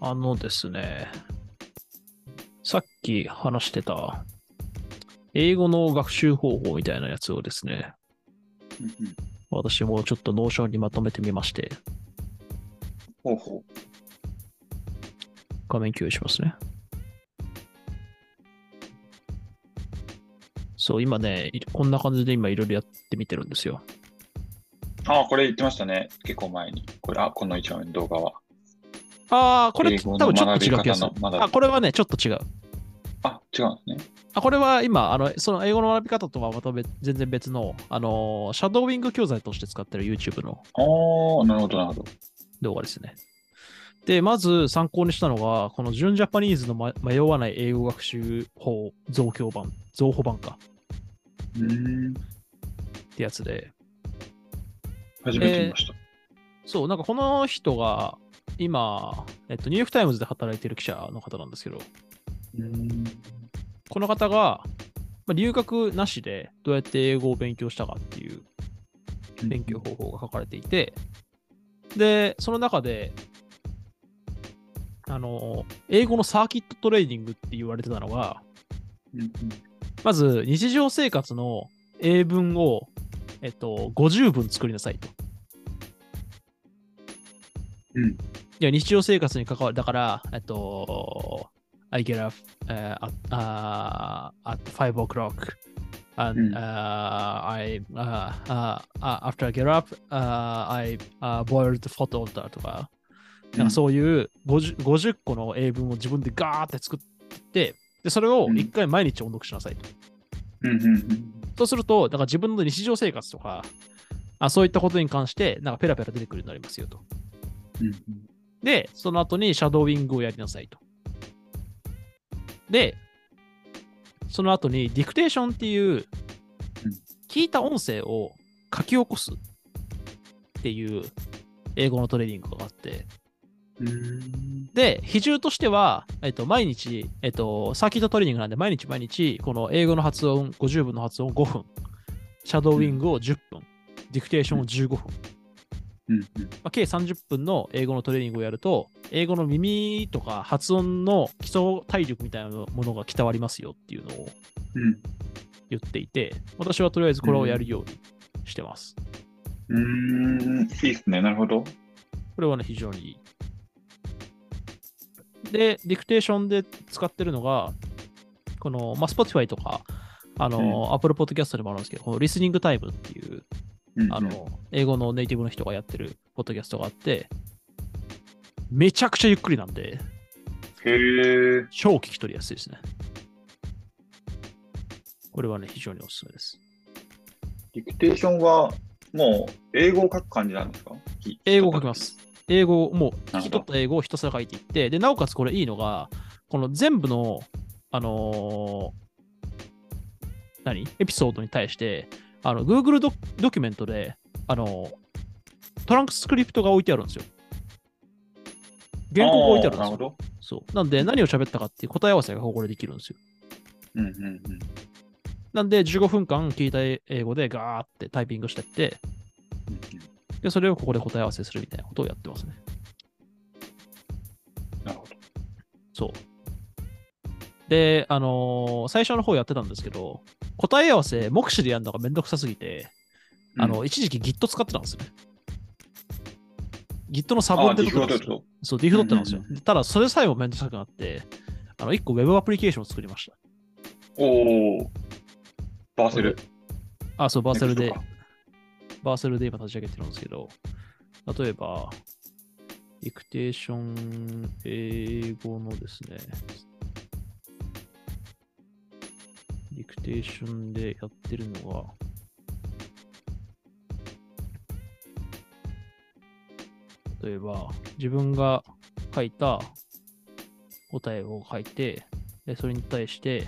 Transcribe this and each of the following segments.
ですね、さっき話してた英語の学習方法みたいなやつをですね、 うんうん。 私もちょっとノーションにまとめてみまして、 ほうほ画面共有しますね。そう、今ね、こんな感じで今いろいろやってみてるんですよ。 う。ああ、これ言ってましたね。結構前に。これ、この一番の動画は。 これ英語の多分ちょっと学び方違う気がする。 の学び。 これはね、ちょっと違う。 あ、違うんですね。 これは今、その英語の学び方とはまた全然別の、シャドーウィング教材として使ってる YouTube のああ、なるほど、なるほど。 動画ですね。で、まず参考にしたのが、この純ジャパニーズの迷わない英語学習法増補版かうーん。 ってやつで、 初めて見で、 ました。 そう、なんかこの人が今、ニューヨークタイムズで働いている記者の方なんですけど、 うーん。 この方が、留学なしでどうやって英語を勉強したかっていう勉強方法が書かれていて、で、その中で、英語のサーキットトレーニングって言われてたのが、 うんうんまず日常生活の英文を、50文作りなさいと。 うん。 いや、日常生活に関わる。だから、I get up at 5 o'clock. う And ん。 after I get up, I boiled the photo だとか、なんかうん。 そういう50個の英文を自分でガーって作って、で、それを一うん。 回毎日音読しなさいと。 うん。うん。 そうすると、だから自分の日常生活とか、そういったことに関して、なんかペラペラ出てくるようになりますよと。 うん。 で、その後にシャドーイングをやりなさいと。で、その後にディクテーションっていう聞いた音声を書き起こすっていう英語のトレーニングがあって、 うん。うん。 で、比重としては、毎日、サーキットトレーニングなんで、毎日毎日、この英語の発音、50文の発音5分、シャドーイングを10分、ディクテーションを15分、 うん。 計30分の英語のトレーニングをやると、英語の耳とか発音の基礎体力みたいなものが鍛わりますよっていうのをうん。 言っていて、私はとりあえずこれをやるようにしてます。 うん。いいっすね。なるほど。 これはね、非常にいい。で、ディクテーションで使ってるのが、この、Spotify とか、 うん。 Apple Podcast でもあるんですけど、このリスニングタイムっていう、 うん。 英語のネイティブの人がやってるポッドキャストがあって、めちゃくちゃゆっくりなんで、 へえ。 超聞き取りやすいですね。これはね、非常におすすめです。 ディクテーションは、もう、英語を書く感じなんですか？聞き英取ったとき。 語を書きます。英語を、もう聞き取っなるほど。 た英語をひたすら書いていって、で、なおかつこれいいのが、この全部の、あのーエピソードに対して、Google ドキュメントで、あのトランクスクリプトが置いてあるんですよ。原稿が置いてあああ、 るんですよ。 なるほど。 そう。なんで、何を喋ったかっていう答え合わせがここでできるんですよ。 うん。うん。うん。 なんで、15分間聞いた英語でガーってタイピングしてって、 うん。 で、それをここで答え合わせするみたいなことをやってますね。 なるほど。 そう。で、最初の方やってたんですけど、答え合わせ、目視でやるのがめんどくさすぎて、 うん。 一時期 Git 使ってたんですよね。Git の差ああ、 分でディ取ってたんですよ。 フを取ると。 そう、ディフうん。 取ってたんですよ。 うん。 ただ、それさえもめんどくさくなって、1個 Web アプリケーションを作りました。 おお、バーこれ、 セル、 そう、バーセルで、 ネクストか。 今立ち上げてるんですけど、例えば、ディクテーション、英語のですね、ディクテーションでやってるのが、例えば、自分が書いた答えを書いて、でそれに対して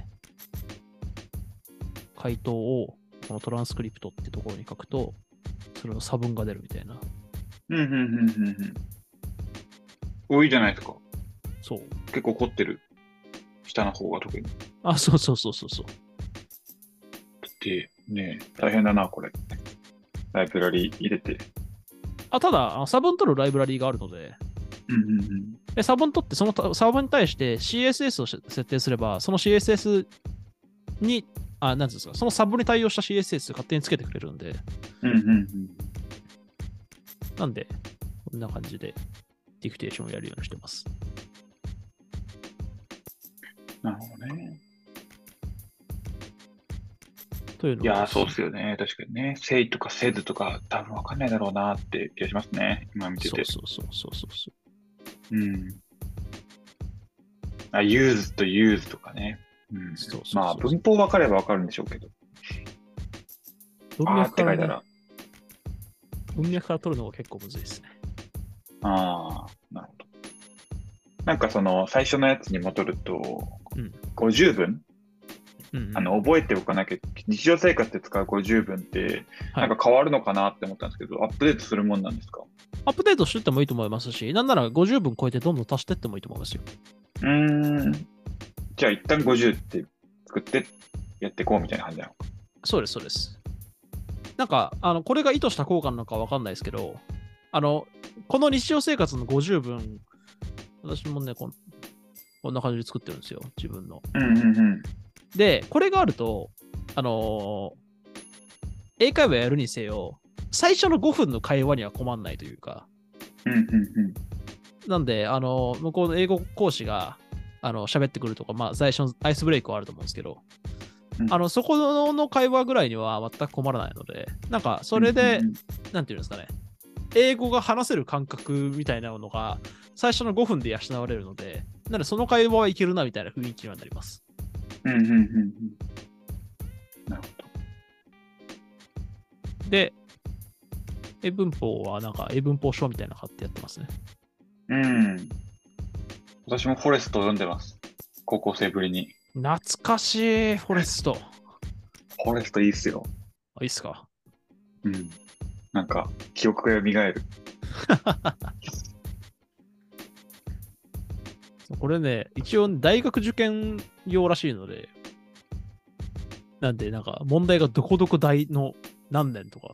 回答をこのトランスクリプトってところに書くと、それの差分が出るみたいな。 うん。うん。うん。うん。うん。多いじゃないですか。 そう。 結構凝ってる。下の方が特に。 そうそうそうそうそう。 で、ねえ、大変だな、これ。ライブラリ入れて。 ただ、差分取るライブラリーがあるので、 うんうんうん。 で、サボにとってそのサボに対して CSS を設定すれば、その CSS に、なんていうんですか、そのサブに対応した CSS を勝手につけてくれるんで、 うんうんうん。 なんで、こんな感じでディクテーションをやるようにしてます。 なるほどね。 というのいやー、そうっがですね。 すよね。確かにね。せいとかせずとか多分わかんないだろうなって気がしますね。今見てて。 そうそうそうそうそうそう。 うん。ユーズとユーズとかね。うん。 そうそうまあ、 そうそう。 文法分かればわかるんでしょうけど。 文あーっ脈からね、 て書いたら、 文脈から取るのが結構むずいですね。 ああ、なるほど。なんかその、最初のやつに戻ると、 うん。 50文うんうん。 覚えておかなきゃ、日常生活で使う50文って、 はい。 なんか変わるのかなって思ったんですけど、アップデートするもんなんですか？ アップデートしてってもいいと思いますし、なんなら50分超えてどんどん足してってもいいと思いますよ。 うーん。じゃあ一旦50って作ってやっていこうみたいな感じなのか。 そうです、そうです。なんか、これが意図した効果なのかわかんないですけど、あの、この日常生活の50分、私もね、こんな感じで作ってるんですよ、自分の。 うんうんうん。 で、これがあると、あの英会話やるにせよ、最初の5分の会話には困んないというか、 うんうんうん。 なんで、向こうの英語講師が、喋ってくるとか、まあ、最初のアイスブレイクはあると思うんですけど、 うんそこの会話ぐらいには全く困らないので、なんか、そうんうれで、 んなんていうんですかね、英語が話せる感覚みたいなのが、最初の5分で養われるので、なので、その会話はいけるなみたいな雰囲気にはなります。 うんうんうんうん。なるほで、英文法はなんか英文法書みたいなの買ってやってますね。 ど。うん。私もフォレストを読んでます。高校生ぶりに。 懐かしい、フォレスト。 フォレストいいっすよ。 いいっすか？ うん。なんか、記憶が蘇る。 これね、一応大学受験用らしいので、なんで、なんか問題がどこどこ大の何年とか。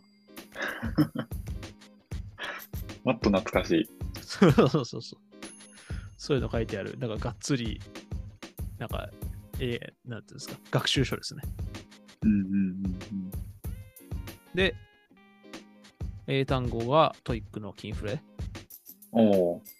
もっと懐かしい。 そうそうそう。そういうの書いてある。なんかがっつり、なんか、なんていうんですか、学習書ですね。 うんうんうんで、英単語はトイックのキンフレ。 うん。おー。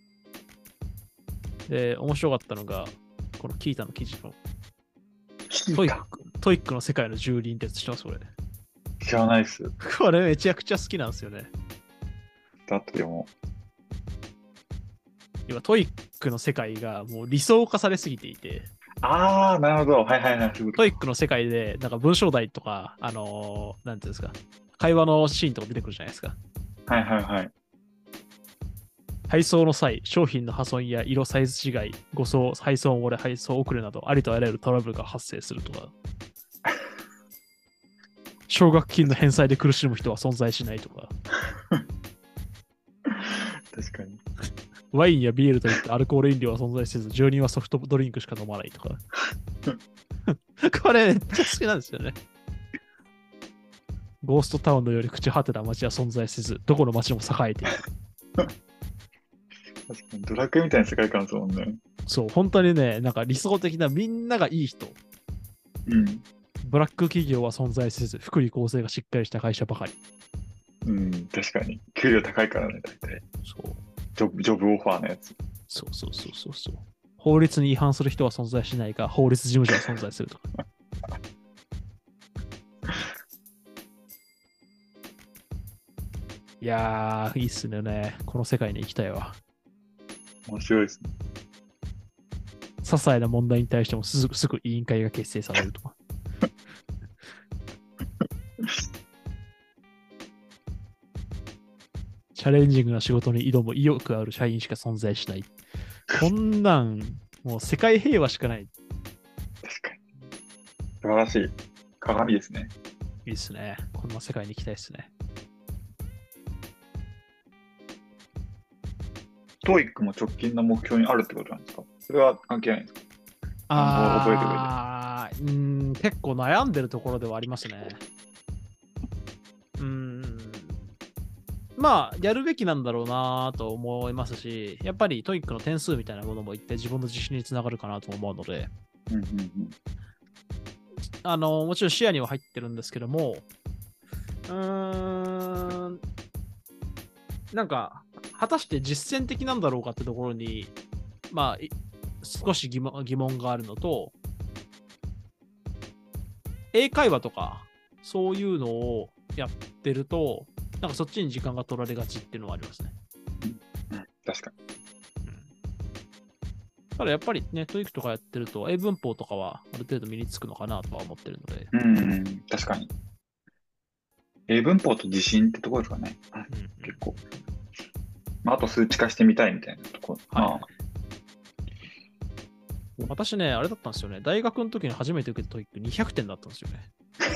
で、面白かったのが、このキータの記事の聞いた。 トイックの世界の蹂躙ってやつしてます、これ。 知らないっす。 これめちゃくちゃ好きなんですよね。 だっても今、トイックの世界がもう理想化されすぎていて、 ああ、なるほど。はいはいはい。そういうことか。 トイックの世界で、なんか文章題とか、なんていうんですか、会話のシーンとか出てくるじゃないですか。 はいはいはい。 配送の際、商品の破損や色サイズ違い、誤送、配送漏れ、配送遅れなど、ありとあらゆるトラブルが発生するとか、奨学金の返済で苦しむ人は存在しないとか、 確かに。 ワインやビールといったアルコール飲料は存在せず、住人はソフトドリンクしか飲まないとか。これめっちゃ好きなんですよね。ゴーストタウンのより朽ち果てた街は存在せず、どこの街も栄えている。 確かに。ドラクエみたいな世界観ですもんね。 そう、本当にね、なんか理想的なみんながいい人。 うん。 ブラック企業は存在せず、福利厚生がしっかりした会社ばかり。 うん、確かに。給料高いからね、大体。 そう。 ジョブオファーのやつ。 そうそうそうそうそう。法律に違反する人は存在しないが、法律事務所は存在するとか。いやー、いいっすね。この世界に行きたいわ。 面白いですね。 些細な問題に対してもすぐ委員会が結成されるとか。チャレンジングな仕事に挑む意欲ある社員しか存在しない。こんなん、もう世界平和しかない。い確かに。素晴らしい。鏡ですね。 いっすね。こんな世界に行きたいっすね。 トイックも直近の目標にあるってことなんですか？それは関係ないんですか？単語を覚える上で。 結構悩んでるところではありますね。 まあ、やるべきなんだろうなと思いますし、やっぱりトイックの点数みたいなものも言って自分の自信につながるかなと思うので、もちろん視野には入ってるんですけども、なんか、果たして実践的なんだろうかってところに、まあ、少し疑問があるのと、英会話とか、そういうのをやってると、なんかそっちに時間が取られがちっていうのはありますね。 確かに。 ただやっぱりね、トイックとかやってると、英文法とかはある程度身につくのかなとは思ってるので。 確かに。英文法と自信ってところですかね。結構。まあ、あと数値化してみたいみたいなところ。はい、 私ね、あれだったんですよね。大学の時に初めて受けたトイック200点だったんですよね。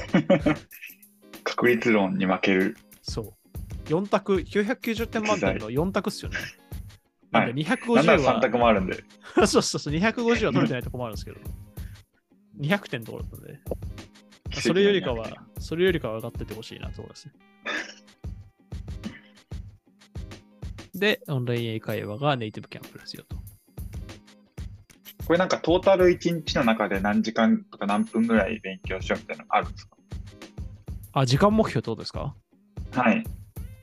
確率論に負ける。 そう。4択、990点満点の4択っすよね。 なんで 250は。 なんなら3択もあるんで。 そう、250は取れてないとこもあるんですけど。200点ところだったんで。それよりかは上がっててほしいなと思いますね。で、オンライン英会話がネイティブキャンプですよと。 これなんかトータル1日の中で何時間とか何分ぐらい勉強しようみたいなのあるんですか？ 時間目標ってことですか？ はい。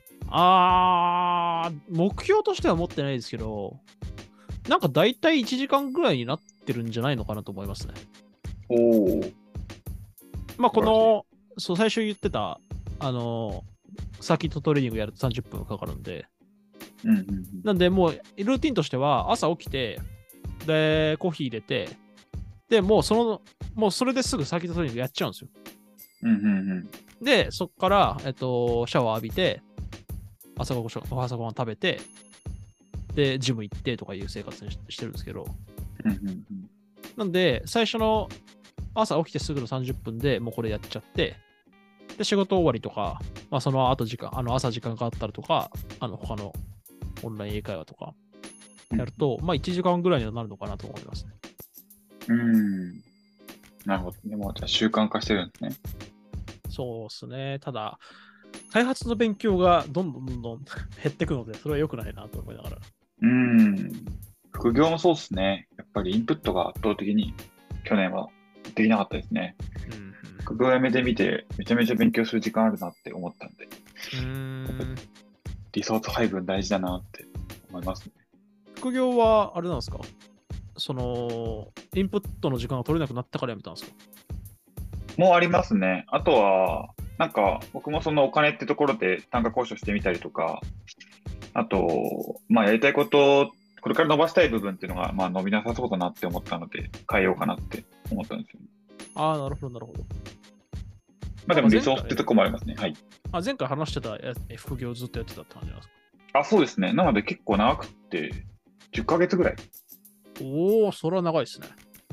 目標としては持ってないですけど、なんか大体1時間ぐらいになってるんじゃないのかなと思いますね。まあ、この、そう、最初言ってた、サーキットトレーニングやると30分かかるんで、なんで、もう、ルーティンとしては、朝起きて、で、コーヒー入れて、で、もうそれですぐサーキットトレーニングやっちゃうんですよ。で、そこから、シャワー浴びて、朝ごはん食べて、で、ジム行ってとかいう生活にしてるんですけど、なんで、最初の朝起きてすぐの30分でもうこれやっちゃって、で、仕事終わりとか、まあ、その後朝時間があったりとか、他のオンライン英会話とかやると、まあ、1時間ぐらいにはなるのかなと思いますね。 なるほど。でも、じゃあ習慣化してるんですね。 そうですね。ただ、開発の勉強がどんどん減っていくので、それは良くないなと思いながら。 副業もそうですね。やっぱりインプットが圧倒的に去年はできなかったですね。副業やめてみて、めちゃめちゃ勉強する時間あるなって思ったんで。リソース配分大事だなって思いますね。 副業はあれなんですか？インプットの時間が取れなくなったからやめたんですか？ もうありますね。あとは、なんか僕もそのお金ってところで単価交渉してみたりとか、あと、まあやりたいこと、これから伸ばしたい部分っていうのが、まあ伸びなさそうだなって思ったので、変えようかなって思ったんですよね。 なるほど、なるほど。 まあでもリソースってとこもありますね。はい。 前回話してた副業ずっとやってたって感じなんですか？ そうですね。なので結構長くて、10ヶ月ぐらい。 それは長いですね。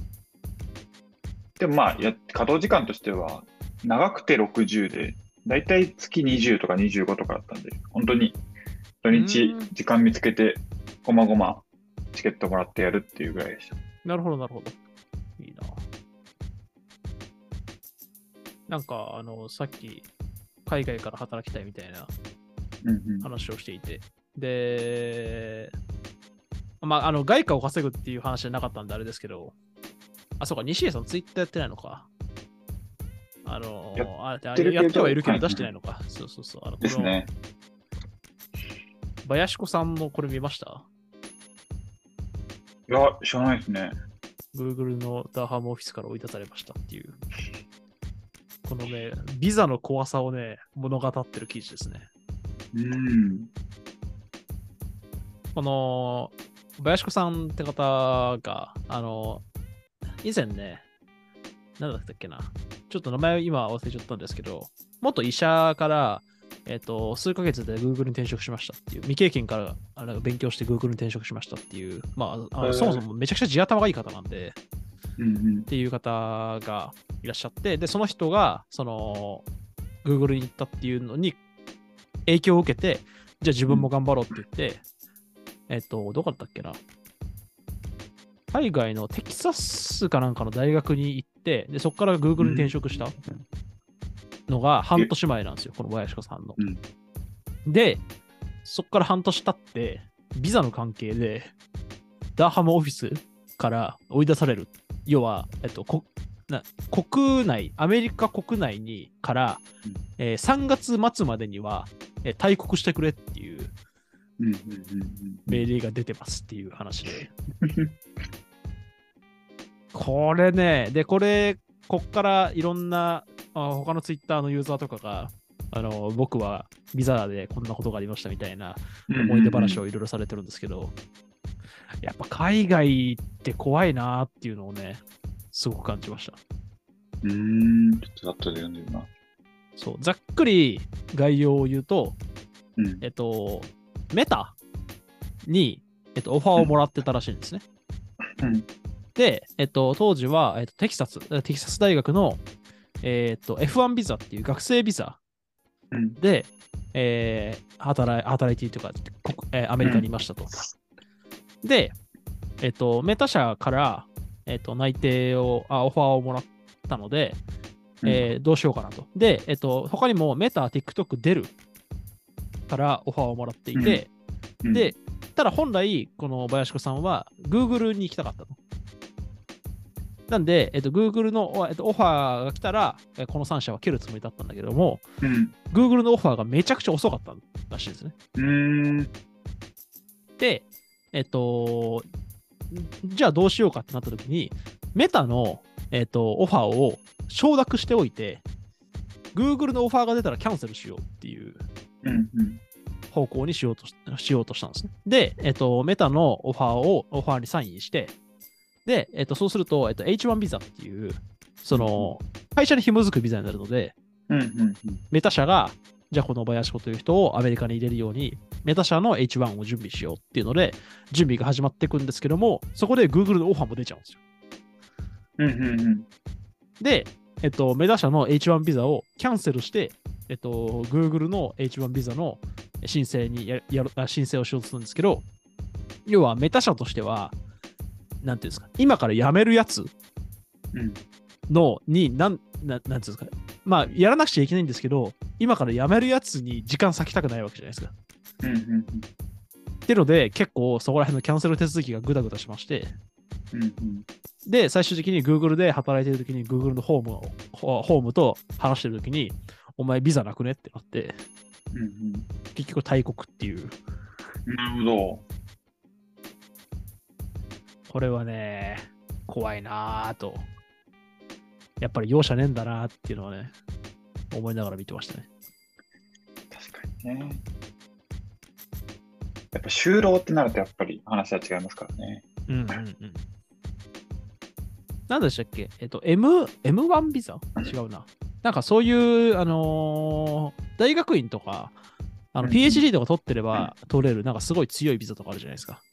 でもまあ、稼働時間としては、長くて60で、だいたい月20とか25とかだったんで、本当に土日時間見つけて、こまごまチケットもらってやるっていうぐらいでした。 なるほど、なるほど。いいな。なんか、さっき、海外から働きたいみたいな話をしていて、で、まあ、外貨を稼ぐっていう話じゃなかったんであれですけど、そうか、西江さんツイッターやってないのか。やってはいるけど出してないのか。そう。 ですね。 林子さんのこれ見ました？ いや、知らないですね。 Google のダーハムオフィスから追い出されましたっていう。このね、ビザの怖さをね、物語ってる記事ですね。この、林子さんって方が、以前ね、なんだったっけな。ちょっと名前今忘れちゃったんですけど、元医者から、数ヶ月で Google に転職しましたっていう、未経験から勉強して Google に転職しましたっていう、まあ、そもそもめちゃくちゃ地頭がいい方なんで、っていう方がいらっしゃって、で、その人が、Google に行ったっていうのに影響を受けて、じゃあ自分も頑張ろうって言って、どこだったっけな。海外のテキサスかなんかの大学に行って、でそこから Google に転職したのが半年前なんですよ、この林子さんの。で、 そこから半年経って、ビザの関係で、ダーハムオフィスから追い出される。要は、国内、アメリカ国内にから、3月末までには、退国してくれっていう命令が出てますっていう話で。これね、で、こっからいろんな他のツイッターのユーザーとかが、僕はビザでこんなことがありましたみたいな思い出話をいろいろされてるんですけど、やっぱ海外って怖いなっていうのをね、すごく感じました。 ちょっと後で読んでみます。 そう、ざっくり概要を言うと、メタに、オファーをもらってたらしいんですね。で、当時は、テキサス大学の、F1 ビザっていう学生ビザで、働いているというか、アメリカにいましたと。で、メタ社から、内定を、オファーをもらったので、どうしようかなと。で、他にもメタ、TikTok、デルからオファーをもらっていて、で、ただ本来、この林子さんは Google に行きたかったと。なんで、Google の、オファーが来たら、この3社は蹴るつもりだったんだけども、Google のオファーがめちゃくちゃ遅かったらしいですね。で、じゃあどうしようかってなった時に、メタの、オファーを承諾しておいて、Google のオファーが出たらキャンセルしようっていう方向にしようとしたんですね。で、メタのオファーにサインして、で、そうすると、H1 ビザっていう、その、会社に紐づくビザになるので、メタ社が、じゃあこの林子という人をアメリカに入れるように、メタ社の H1 を準備しようっていうので、準備が始まっていくんですけども、そこで Google のオファーも出ちゃうんですよ。で、メタ社の H1 ビザをキャンセルして、Google の H1 ビザの申請をしようとするんですけど、要はメタ社としては、なんていうんですか、今から辞めるやつなんていうんですか、まあ、やらなくちゃいけないんですけど、今から辞めるやつに時間割きたくないわけじゃないですか。っていうので、結構そこら辺のキャンセル手続きがぐだぐだしまして、で、最終的に Google で働いてる時に Google のホームと話してる時に、お前ビザなくねってなって、結局退国っていう。 なるほど。 これはね、怖いなぁと。やっぱり容赦ねえんだなっていうのはね、思いながら見てましたね。 確かにね。やっぱ就労ってなるとやっぱり話は違いますからね。 何でしたっけM1 ビザ違うな。なんかそういう、大学院とか、PhD とか取ってれば取れる、なんかすごい強いビザとかあるじゃないですか。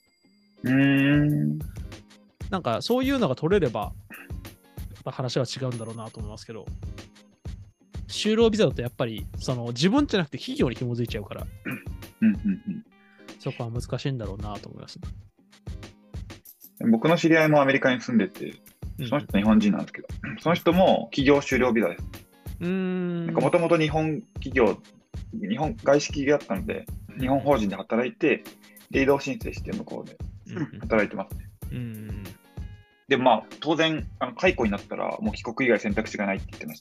なんかそういうのが取れれば、話は違うんだろうなと思いますけど、就労ビザだとやっぱり自分じゃなくて企業に紐づいちゃうから、そこは難しいんだろうなと思います。 僕の知り合いもアメリカに住んでて、その人日本人なんですけど、その人も企業就労ビザです。なんかもともと日本外資企業だったので、日本法人で働いて、で移動申請して向こうで働いてますね。で、まあ、当然、解雇になったら、もう帰国以外選択肢がないって言ってました。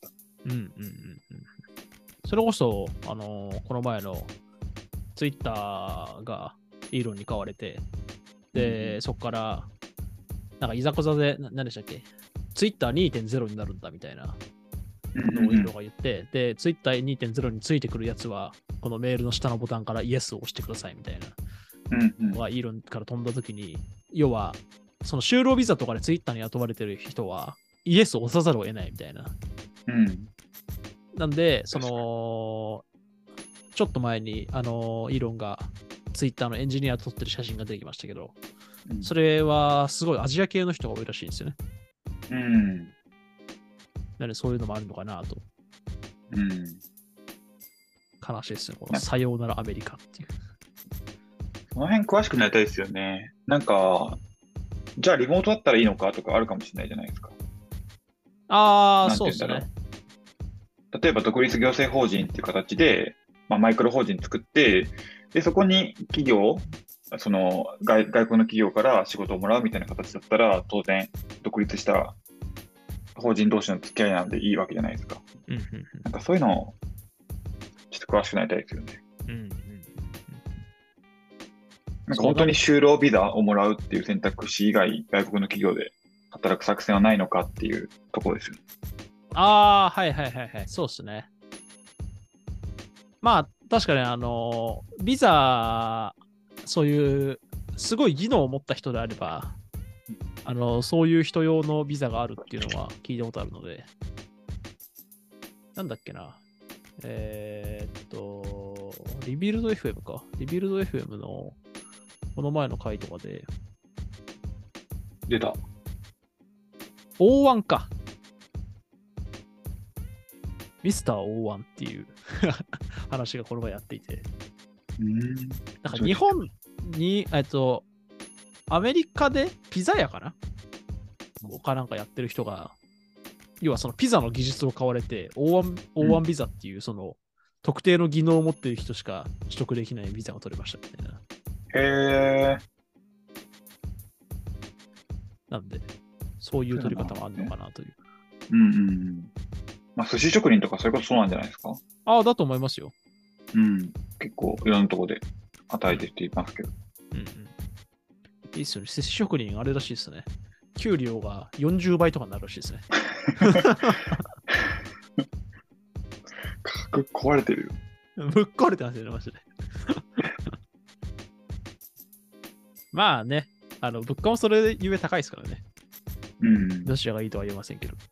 それこそ、この前のツイッターがイーロンに買われて、で、そこから、なんかいざこざで、何でしたっけ、ツイッター 2.0 になるんだみたいなのをイーロンが言って、で、ツイッター 2.0 についてくるやつは、このメールの下のボタンからイエスを押してくださいみたいなのがイーロンから飛んだときに、要は、その就労ビザとかでツイッターに雇われてる人は、イエスを押さざるを得ないみたいな。なんで、ちょっと前に、イーロンがツイッターのエンジニアと撮ってる写真が出てきましたけど、それはすごいアジア系の人が多いらしいんですよね。なので、そういうのもあるのかなと。悲しいですね。このさようならアメリカっていう。 この辺詳しくなりたいですよね。なんか、じゃあリモートだったらいいのかとかあるかもしれないじゃないですか。 そうですね。 例えば独立行政法人っていう形で、 マイクロ法人作って、で、そこに企業、その外国の企業から仕事をもらうみたいな形だったら、当然、独立した法人同士の付き合いなんでいいわけじゃないですか。 うんうんなんかそういうのを、ちょっと詳しくなりたいですよね。 うんうんうん。 なんか本当に就労ビザをもらうっていう選択肢以外、外国の企業で働く作戦はないのかっていうところですよね。 ああ、はいはいはいはい。そうですね。まあ、確かにビザ、そういう、すごい技能を持った人であれば、そういう人用のビザがあるっていうのは聞いたことあるので、なんだっけな。リビルド FM か。リビルド FM の、この前の回とかで、 出た。 O1 か。ミスター O1 っていう話がこの前やっていて。なんか日本に、アメリカでピザ屋かなかなんかやってる人が、要はそのピザの技術を買われて、O1 ビザっていうその特定の技能を持っている人しか取得できないビザが取れましたみたいな。 へー。 なんで、そういう取り方もあるのかなという。 うんうん。まあ、寿司職人とかそういうことそうなんじゃないですか。 ああ、だと思いますよ。 うん。結構いろんなところで与えてるって言いますけど。 うんうん。いいっすよね。寿司職人あれらしいですね。給料が40倍とかになるらしいですね。 価格壊れてるよ。 ぶっ壊れてますよね、マジで。まあね、物価もそれゆえ高いですからね。 うん。 どちらがいいとは言えませんけど。